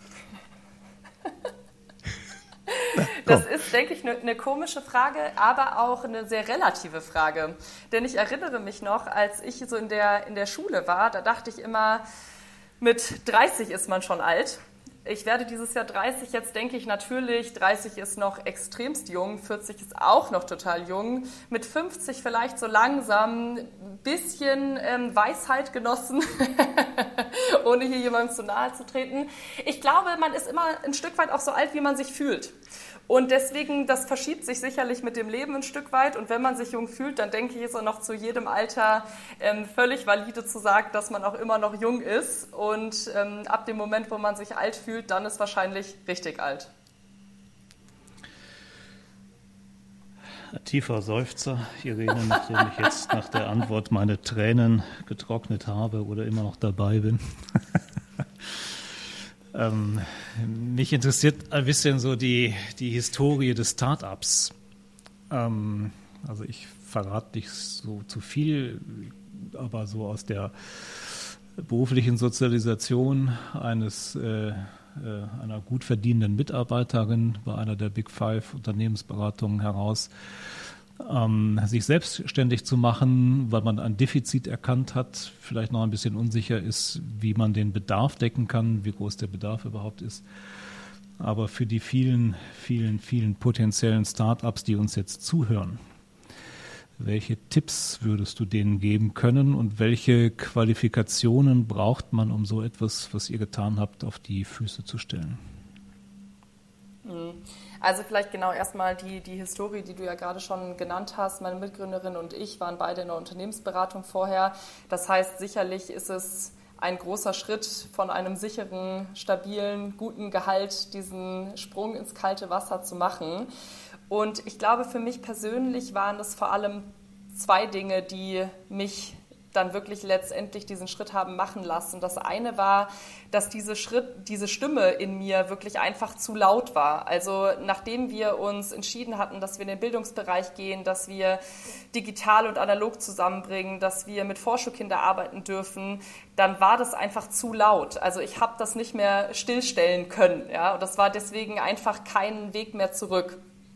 Das ist, denke ich, eine komische Frage, aber auch eine sehr relative Frage. Denn ich erinnere mich noch, als ich so in der Schule war, da dachte ich immer, mit 30 ist man schon alt. Ich werde dieses Jahr 30, jetzt denke ich natürlich, 30 ist noch extremst jung, 40 ist auch noch total jung, mit 50 vielleicht so langsam ein bisschen Weisheit genossen, ohne hier jemandem zu nahe zu treten. Ich glaube, man ist immer ein Stück weit auch so alt, wie man sich fühlt. Und deswegen, das verschiebt sich sicherlich mit dem Leben ein Stück weit. Und wenn man sich jung fühlt, dann denke ich, ist auch noch zu jedem Alter völlig valide zu sagen, dass man auch immer noch jung ist. Und ab dem Moment, wo man sich alt fühlt, dann ist wahrscheinlich richtig alt. Ein tiefer Seufzer, Irene, nachdem ich jetzt nach der Antwort meine Tränen getrocknet habe oder immer noch dabei bin. Mich interessiert ein bisschen so die Historie des Start-ups. Also ich verrate nicht so zu viel, aber so aus der beruflichen Sozialisation einer gut verdienenden Mitarbeiterin bei einer der Big Five Unternehmensberatungen heraus, sich selbstständig zu machen, weil man ein Defizit erkannt hat, vielleicht noch ein bisschen unsicher ist, wie man den Bedarf decken kann, wie groß der Bedarf überhaupt ist. Aber für die vielen, vielen, vielen potenziellen Start-ups, die uns jetzt zuhören, welche Tipps würdest du denen geben können und welche Qualifikationen braucht man, um so etwas, was ihr getan habt, auf die Füße zu stellen? Also vielleicht genau erstmal die Historie, die du ja gerade schon genannt hast. Meine Mitgründerin und ich waren beide in der Unternehmensberatung vorher. Das heißt, sicherlich ist es ein großer Schritt von einem sicheren, stabilen, guten Gehalt, diesen Sprung ins kalte Wasser zu machen. Und ich glaube, für mich persönlich waren es vor allem 2 Dinge, die mich dann wirklich letztendlich diesen Schritt haben machen lassen. Das eine war, dass diese Stimme in mir wirklich einfach zu laut war. Also nachdem wir uns entschieden hatten, dass wir in den Bildungsbereich gehen, dass wir digital und analog zusammenbringen, dass wir mit Vorschulkindern arbeiten dürfen, dann war das einfach zu laut. Also ich habe das nicht mehr stillstellen können. Ja? Und das war deswegen einfach kein Weg mehr zurück.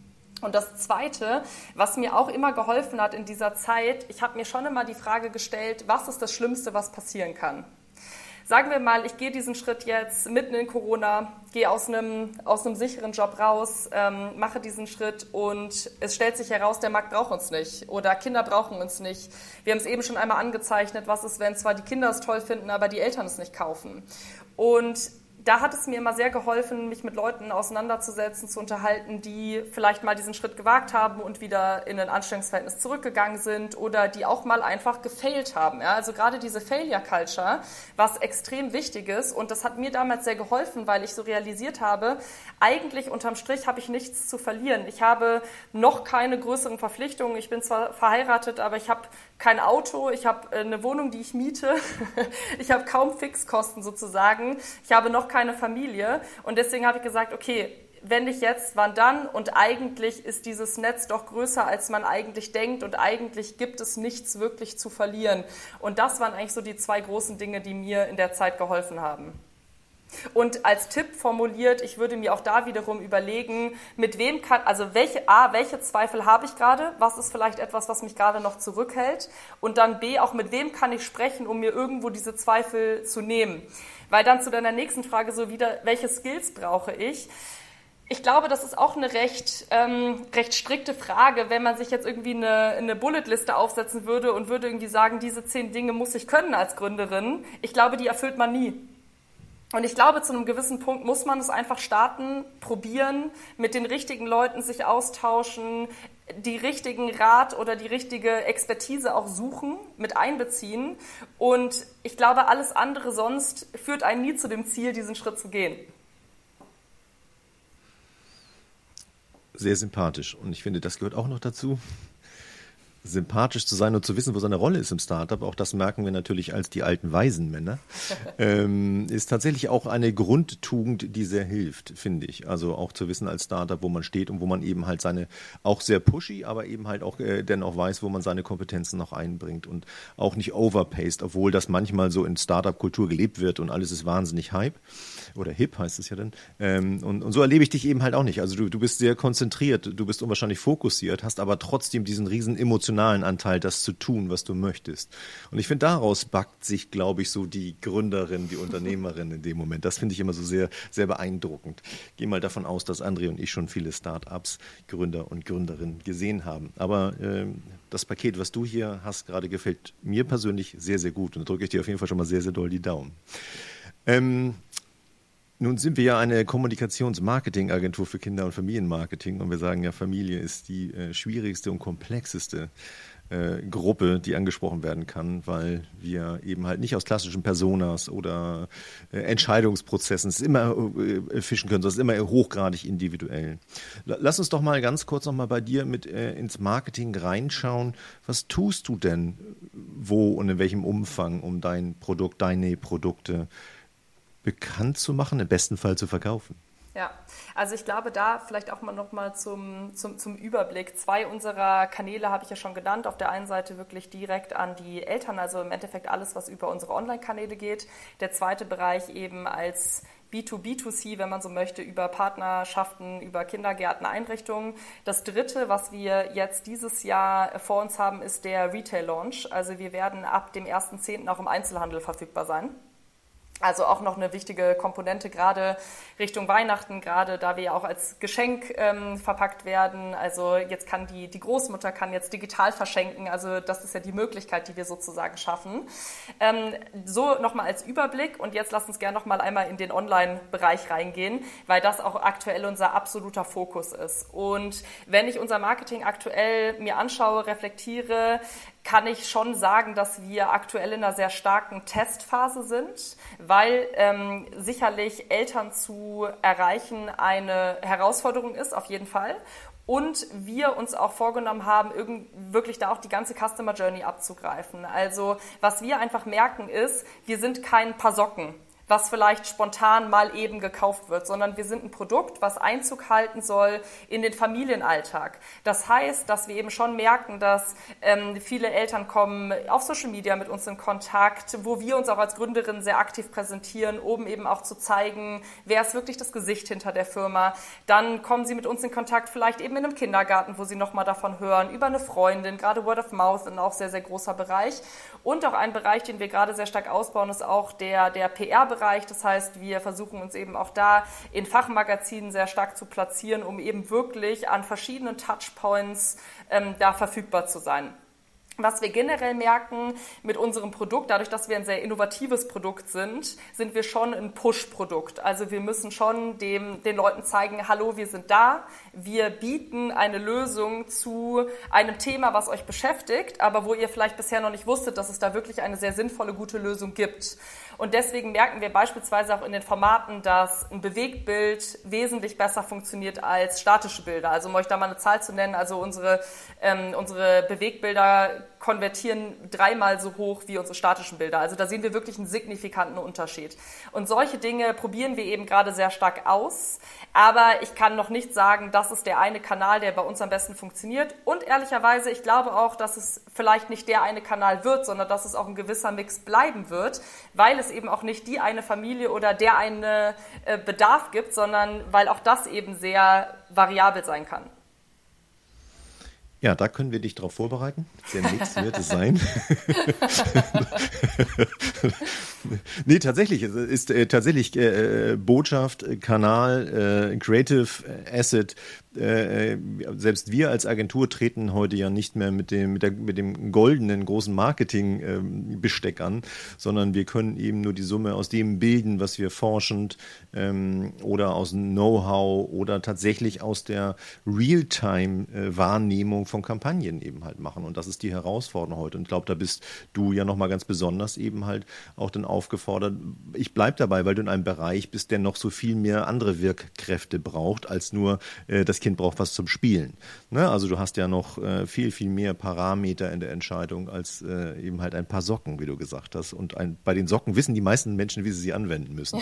Und das Zweite, was mir auch immer geholfen hat in dieser Zeit, ich habe mir schon immer die Frage gestellt, was ist das Schlimmste, was passieren kann? Sagen wir mal, ich gehe diesen Schritt jetzt mitten in Corona, gehe aus einem sicheren Job raus, mache diesen Schritt und es stellt sich heraus, der Markt braucht uns nicht oder Kinder brauchen uns nicht. Wir haben es eben schon einmal angezeichnet, was ist, wenn zwar die Kinder es toll finden, aber die Eltern es nicht kaufen. Und da hat es mir immer sehr geholfen, mich mit Leuten auseinanderzusetzen, zu unterhalten, die vielleicht mal diesen Schritt gewagt haben und wieder in ein Anstellungsverhältnis zurückgegangen sind oder die auch mal einfach gefailt haben. Ja, also gerade diese Failure Culture, was extrem wichtig ist, und das hat mir damals sehr geholfen, weil ich so realisiert habe, eigentlich unterm Strich habe ich nichts zu verlieren. Ich habe noch keine größeren Verpflichtungen. Ich bin zwar verheiratet, aber ich habe kein Auto, ich habe eine Wohnung, die ich miete, ich habe kaum Fixkosten sozusagen, ich habe noch keine Familie und deswegen habe ich gesagt, okay, wenn nicht jetzt, wann dann? Und eigentlich ist dieses Netz doch größer, als man eigentlich denkt und eigentlich gibt es nichts wirklich zu verlieren. Und das waren eigentlich so die zwei großen Dinge, die mir in der Zeit geholfen haben. Und als Tipp formuliert, ich würde mir auch da wiederum überlegen, mit wem welche Zweifel habe ich gerade, was ist vielleicht etwas, was mich gerade noch zurückhält und dann B, auch mit wem kann ich sprechen, um mir irgendwo diese Zweifel zu nehmen. Weil dann zu deiner nächsten Frage so wieder, welche Skills brauche ich? Ich glaube, das ist auch eine recht strikte Frage, wenn man sich jetzt irgendwie eine Bulletliste aufsetzen würde und würde irgendwie sagen, diese 10 Dinge muss ich können als Gründerin. Ich glaube, die erfüllt man nie. Und ich glaube, zu einem gewissen Punkt muss man es einfach starten, probieren, mit den richtigen Leuten sich austauschen, die richtigen Rat oder die richtige Expertise auch suchen, mit einbeziehen. Und ich glaube, alles andere sonst führt einen nie zu dem Ziel, diesen Schritt zu gehen. Sehr sympathisch. Und ich finde, das gehört auch noch dazu. Sympathisch zu sein und zu wissen, wo seine Rolle ist im Startup, auch das merken wir natürlich als die alten weisen Männer, ist tatsächlich auch eine Grundtugend, die sehr hilft, finde ich. Also auch zu wissen als Startup, wo man steht und wo man eben halt seine, auch sehr pushy, aber eben halt auch dennoch weiß, wo man seine Kompetenzen noch einbringt und auch nicht overpaced, obwohl das manchmal so in Startup-Kultur gelebt wird und alles ist wahnsinnig Hype oder hip heißt es ja dann. Und so erlebe ich dich eben halt auch nicht. Also du bist sehr konzentriert, du bist unwahrscheinlich fokussiert, hast aber trotzdem diesen riesen emotionalen Anteil, das zu tun, was du möchtest. Und ich finde, daraus backt sich, glaube ich, so die Gründerin, die Unternehmerin in dem Moment. Das finde ich immer so sehr, sehr beeindruckend. Ich gehe mal davon aus, dass André und ich schon viele Start-ups, Gründer und Gründerinnen gesehen haben. Aber das Paket, was du hier hast, gerade gefällt mir persönlich sehr, sehr gut. Und da drücke ich dir auf jeden Fall schon mal sehr, sehr doll die Daumen. Nun sind wir ja eine Kommunikations-Marketing-Agentur für Kinder- und Familienmarketing und wir sagen ja, Familie ist die schwierigste und komplexeste Gruppe, die angesprochen werden kann, weil wir eben halt nicht aus klassischen Personas oder Entscheidungsprozessen es immer fischen können, sondern es ist immer hochgradig individuell. Lass uns doch mal ganz kurz noch mal bei dir mit ins Marketing reinschauen. Was tust du denn, wo und in welchem Umfang, um dein Produkt, deine Produkte bekannt zu machen, im besten Fall zu verkaufen? Ja, also ich glaube, da vielleicht auch mal nochmal zum Überblick. 2 unserer Kanäle habe ich ja schon genannt. Auf der einen Seite wirklich direkt an die Eltern, also im Endeffekt alles, was über unsere Online-Kanäle geht. Der zweite Bereich eben als B2B2C, wenn man so möchte, über Partnerschaften, über Kindergärten, Einrichtungen. Das dritte, was wir jetzt dieses Jahr vor uns haben, ist der Retail-Launch. Also wir werden ab dem 1.10. auch im Einzelhandel verfügbar sein. Also auch noch eine wichtige Komponente, gerade Richtung Weihnachten, gerade da wir ja auch als Geschenk verpackt werden. Also jetzt kann die Großmutter kann jetzt digital verschenken. Also das ist ja die Möglichkeit, die wir sozusagen schaffen. So nochmal als Überblick und jetzt lasst uns gerne nochmal einmal in den Online-Bereich reingehen, weil das auch aktuell unser absoluter Fokus ist. Und wenn ich unser Marketing aktuell mir anschaue, reflektiere, kann ich schon sagen, dass wir aktuell in einer sehr starken Testphase sind, weil sicherlich Eltern zu erreichen eine Herausforderung ist, auf jeden Fall. Und wir uns auch vorgenommen haben, wirklich da auch die ganze Customer Journey abzugreifen. Also was wir einfach merken ist, wir sind kein paar Socken. was vielleicht spontan mal eben gekauft wird, sondern wir sind ein Produkt, was Einzug halten soll in den Familienalltag. Das heißt, dass wir eben schon merken, dass viele Eltern kommen auf Social Media mit uns in Kontakt, wo wir uns auch als Gründerin sehr aktiv präsentieren, um eben auch zu zeigen, wer ist wirklich das Gesicht hinter der Firma. Dann kommen sie mit uns in Kontakt, vielleicht eben in einem Kindergarten, wo sie nochmal davon hören, über eine Freundin, gerade Word of Mouth, ein auch sehr, sehr großer Bereich. Und auch ein Bereich, den wir gerade sehr stark ausbauen, ist auch der PR-Bereich. Das heißt, wir versuchen uns eben auch da in Fachmagazinen sehr stark zu platzieren, um eben wirklich an verschiedenen Touchpoints da verfügbar zu sein. Was wir generell merken mit unserem Produkt, dadurch, dass wir ein sehr innovatives Produkt sind, sind wir schon ein Push-Produkt. Also wir müssen schon den Leuten zeigen, hallo, wir sind da, wir bieten eine Lösung zu einem Thema, was euch beschäftigt, aber wo ihr vielleicht bisher noch nicht wusstet, dass es da wirklich eine sehr sinnvolle, gute Lösung gibt. Und deswegen merken wir beispielsweise auch in den Formaten, dass ein Bewegtbild wesentlich besser funktioniert als statische Bilder. Also um euch da mal eine Zahl zu nennen, also unsere Bewegtbilder konvertieren 3-mal so hoch wie unsere statischen Bilder. Also da sehen wir wirklich einen signifikanten Unterschied. Und solche Dinge probieren wir eben gerade sehr stark aus. Aber ich kann noch nicht sagen, das ist der eine Kanal, der bei uns am besten funktioniert. Und ehrlicherweise, ich glaube auch, dass es vielleicht nicht der eine Kanal wird, sondern dass es auch ein gewisser Mix bleiben wird, weil es eben auch nicht die eine Familie oder der eine Bedarf gibt, sondern weil auch das eben sehr variabel sein kann. Ja, da können wir dich darauf vorbereiten. Der Mix wird es sein. Nee, tatsächlich. Es ist tatsächlich Botschaft, Kanal, Creative Asset. Selbst wir als Agentur treten heute ja nicht mehr mit dem goldenen großen Marketing-Besteck an, sondern wir können eben nur die Summe aus dem bilden, was wir forschend oder aus Know-how oder tatsächlich aus der Realtime-Wahrnehmung von Kampagnen eben halt machen. Und das ist die Herausforderung heute. Und ich glaube, da bist du ja nochmal ganz besonders eben halt auch dann aufgefordert. Ich bleibe dabei, weil du in einem Bereich bist, der noch so viel mehr andere Wirkkräfte braucht, als nur das Kind braucht was zum Spielen. Ne? Also du hast ja noch viel, viel mehr Parameter in der Entscheidung als eben halt ein paar Socken, wie du gesagt hast. Und bei den Socken wissen die meisten Menschen, wie sie sie anwenden müssen.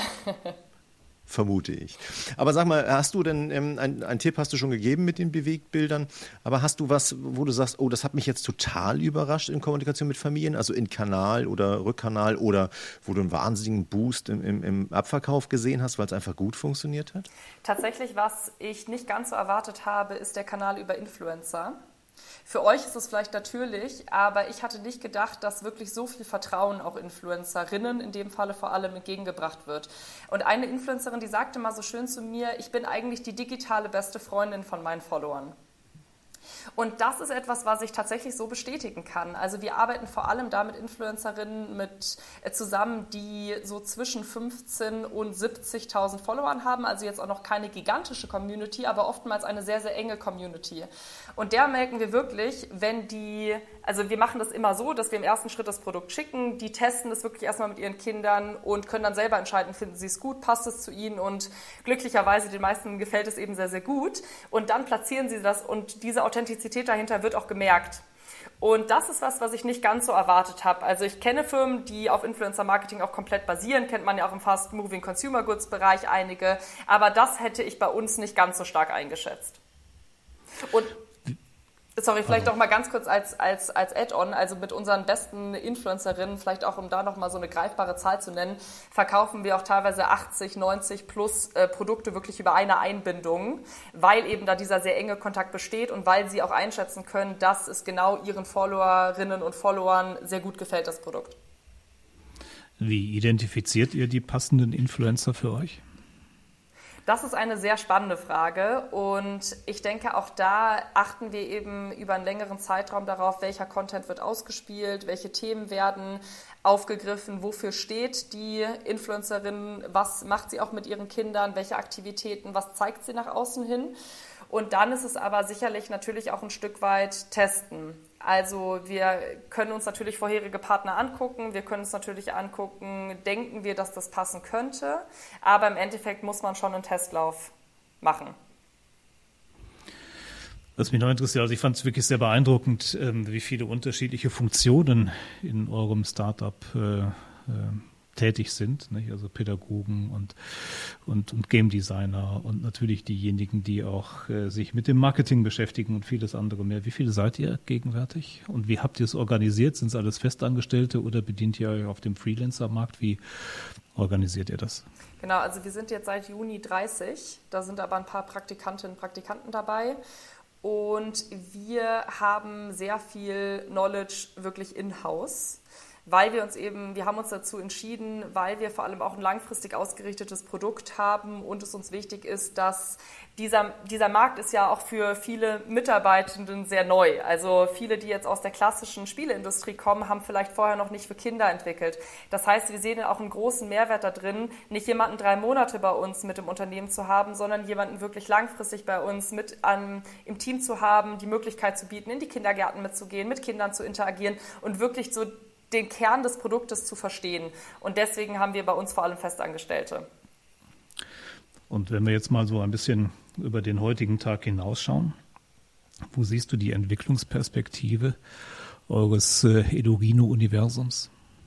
Vermute ich. Aber sag mal, hast du denn, einen Tipp hast du schon gegeben mit den Bewegtbildern, aber hast du was, wo du sagst, oh, das hat mich jetzt total überrascht in Kommunikation mit Familien, also in Kanal oder Rückkanal oder wo du einen wahnsinnigen Boost im Abverkauf gesehen hast, weil es einfach gut funktioniert hat? Tatsächlich, was ich nicht ganz so erwartet habe, ist der Kanal über Influencer. Für euch ist es vielleicht natürlich, aber ich hatte nicht gedacht, dass wirklich so viel Vertrauen auch Influencerinnen in dem Falle vor allem entgegengebracht wird. Und eine Influencerin, die sagte mal so schön zu mir, ich bin eigentlich die digitale beste Freundin von meinen Followern. Und das ist etwas, was ich tatsächlich so bestätigen kann. Also wir arbeiten vor allem da mit Influencerinnen zusammen, die so zwischen 15.000 und 70.000 Followern haben. Also jetzt auch noch keine gigantische Community, aber oftmals eine sehr, sehr enge Community. Und da merken wir wirklich, also wir machen das immer so, dass wir im ersten Schritt das Produkt schicken, die testen es wirklich erstmal mit ihren Kindern und können dann selber entscheiden, finden sie es gut, passt es zu ihnen und glücklicherweise den meisten gefällt es eben sehr, sehr gut. Und dann platzieren sie das und diese Authentizität dahinter wird auch gemerkt. Und das ist was ich nicht ganz so erwartet habe. Also ich kenne Firmen, die auf Influencer-Marketing auch komplett basieren, kennt man ja auch im Fast-Moving Consumer Goods-Bereich einige, aber das hätte ich bei uns nicht ganz so stark eingeschätzt. Und sorry, vielleicht auch mal ganz kurz als Add-on, also mit unseren besten Influencerinnen, vielleicht auch um da nochmal so eine greifbare Zahl zu nennen, verkaufen wir auch teilweise 80, 90 plus Produkte wirklich über eine Einbindung, weil eben da dieser sehr enge Kontakt besteht und weil sie auch einschätzen können, dass es genau ihren Followerinnen und Followern sehr gut gefällt, das Produkt. Wie identifiziert ihr die passenden Influencer für euch? Das ist eine sehr spannende Frage und ich denke, auch da achten wir eben über einen längeren Zeitraum darauf, welcher Content wird ausgespielt, welche Themen werden aufgegriffen, wofür steht die Influencerin, was macht sie auch mit ihren Kindern, welche Aktivitäten, was zeigt sie nach außen hin. Und dann ist es aber sicherlich natürlich auch ein Stück weit testen. Also wir können uns natürlich vorherige Partner angucken, wir können uns natürlich angucken, denken wir, dass das passen könnte, aber im Endeffekt muss man schon einen Testlauf machen. Was mich noch interessiert, also ich fand es wirklich sehr beeindruckend, wie viele unterschiedliche Funktionen in eurem Startup tätig sind, nicht? Also Pädagogen und Game Designer und natürlich diejenigen, die auch sich mit dem Marketing beschäftigen und vieles andere mehr. Wie viele seid ihr gegenwärtig und wie habt ihr es organisiert? Sind es alles Festangestellte oder bedient ihr euch auf dem Freelancer-Markt? Wie organisiert ihr das? Genau, also wir sind jetzt seit Juni 30, da sind aber ein paar Praktikantinnen und Praktikanten dabei. Und wir haben sehr viel Knowledge wirklich in-house, weil wir haben uns dazu entschieden, weil wir vor allem auch ein langfristig ausgerichtetes Produkt haben und es uns wichtig ist, dass dieser Markt ist ja auch für viele Mitarbeitenden sehr neu. Also viele, die jetzt aus der klassischen Spieleindustrie kommen, haben vielleicht vorher noch nicht für Kinder entwickelt. Das heißt, wir sehen auch einen großen Mehrwert da drin, nicht jemanden 3 Monate bei uns mit im Unternehmen zu haben, sondern jemanden wirklich langfristig bei uns mit im Team zu haben, die Möglichkeit zu bieten, in die Kindergärten mitzugehen, mit Kindern zu interagieren und wirklich so den Kern des Produktes zu verstehen. Und deswegen haben wir bei uns vor allem Festangestellte. Und wenn wir jetzt mal so ein bisschen über den heutigen Tag hinausschauen, wo siehst du die Entwicklungsperspektive eures Edurino-Universums?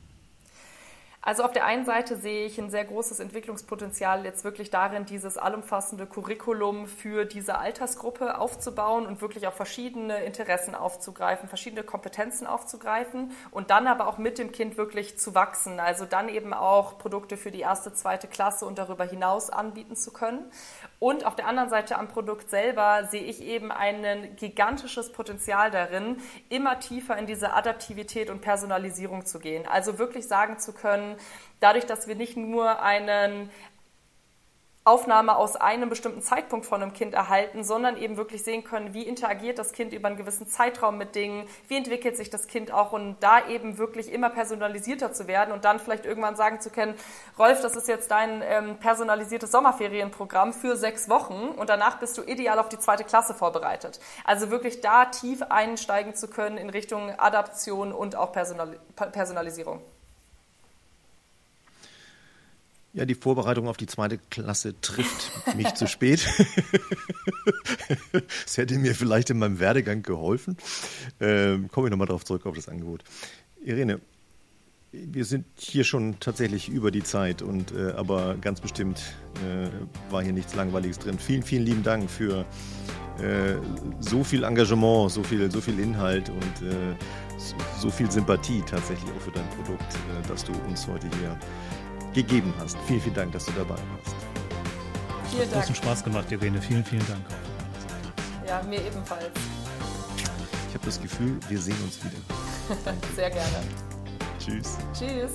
Also auf der einen Seite sehe ich ein sehr großes Entwicklungspotenzial jetzt wirklich darin, dieses allumfassende Curriculum für diese Altersgruppe aufzubauen und wirklich auch verschiedene Interessen aufzugreifen, verschiedene Kompetenzen aufzugreifen und dann aber auch mit dem Kind wirklich zu wachsen. Also dann eben auch Produkte für die 1., 2. Klasse und darüber hinaus anbieten zu können. Und auf der anderen Seite am Produkt selber sehe ich eben ein gigantisches Potenzial darin, immer tiefer in diese Adaptivität und Personalisierung zu gehen. Also wirklich sagen zu können, dadurch, dass wir nicht nur eine Aufnahme aus einem bestimmten Zeitpunkt von einem Kind erhalten, sondern eben wirklich sehen können, wie interagiert das Kind über einen gewissen Zeitraum mit Dingen, wie entwickelt sich das Kind auch und da eben wirklich immer personalisierter zu werden und dann vielleicht irgendwann sagen zu können, Rolf, das ist jetzt dein personalisiertes Sommerferienprogramm für 6 Wochen und danach bist du ideal auf die 2. Klasse vorbereitet. Also wirklich da tief einsteigen zu können in Richtung Adaption und auch Personalisierung. Ja, die Vorbereitung auf die 2. Klasse trifft mich zu spät. Es hätte mir vielleicht in meinem Werdegang geholfen. Komme ich nochmal darauf zurück, auf das Angebot. Irene, wir sind hier schon tatsächlich über die Zeit, aber ganz bestimmt war hier nichts Langweiliges drin. Vielen, vielen lieben Dank für so viel Engagement, so viel Inhalt und so viel Sympathie tatsächlich auch für dein Produkt, dass du uns heute hier gegeben hast. Vielen, vielen Dank, dass du dabei warst. Vielen Dank. Hat großen Spaß gemacht, Irene. Vielen, vielen Dank. Ja, mir ebenfalls. Ich habe das Gefühl, wir sehen uns wieder. Danke. Sehr gerne. Tschüss. Tschüss.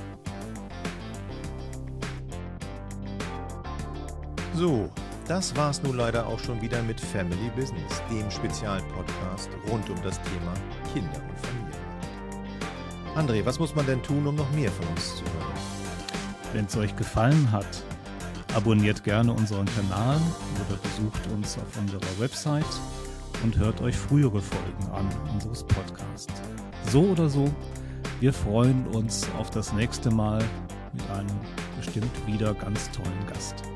So, das war's nun leider auch schon wieder mit Family Business, dem Spezialpodcast rund um das Thema Kinder- und Familienmarkt. André, was muss man denn tun, um noch mehr von uns zu hören? Wenn es euch gefallen hat, abonniert gerne unseren Kanal oder besucht uns auf unserer Website und hört euch frühere Folgen an unseres Podcasts. So oder so, wir freuen uns auf das nächste Mal mit einem bestimmt wieder ganz tollen Gast.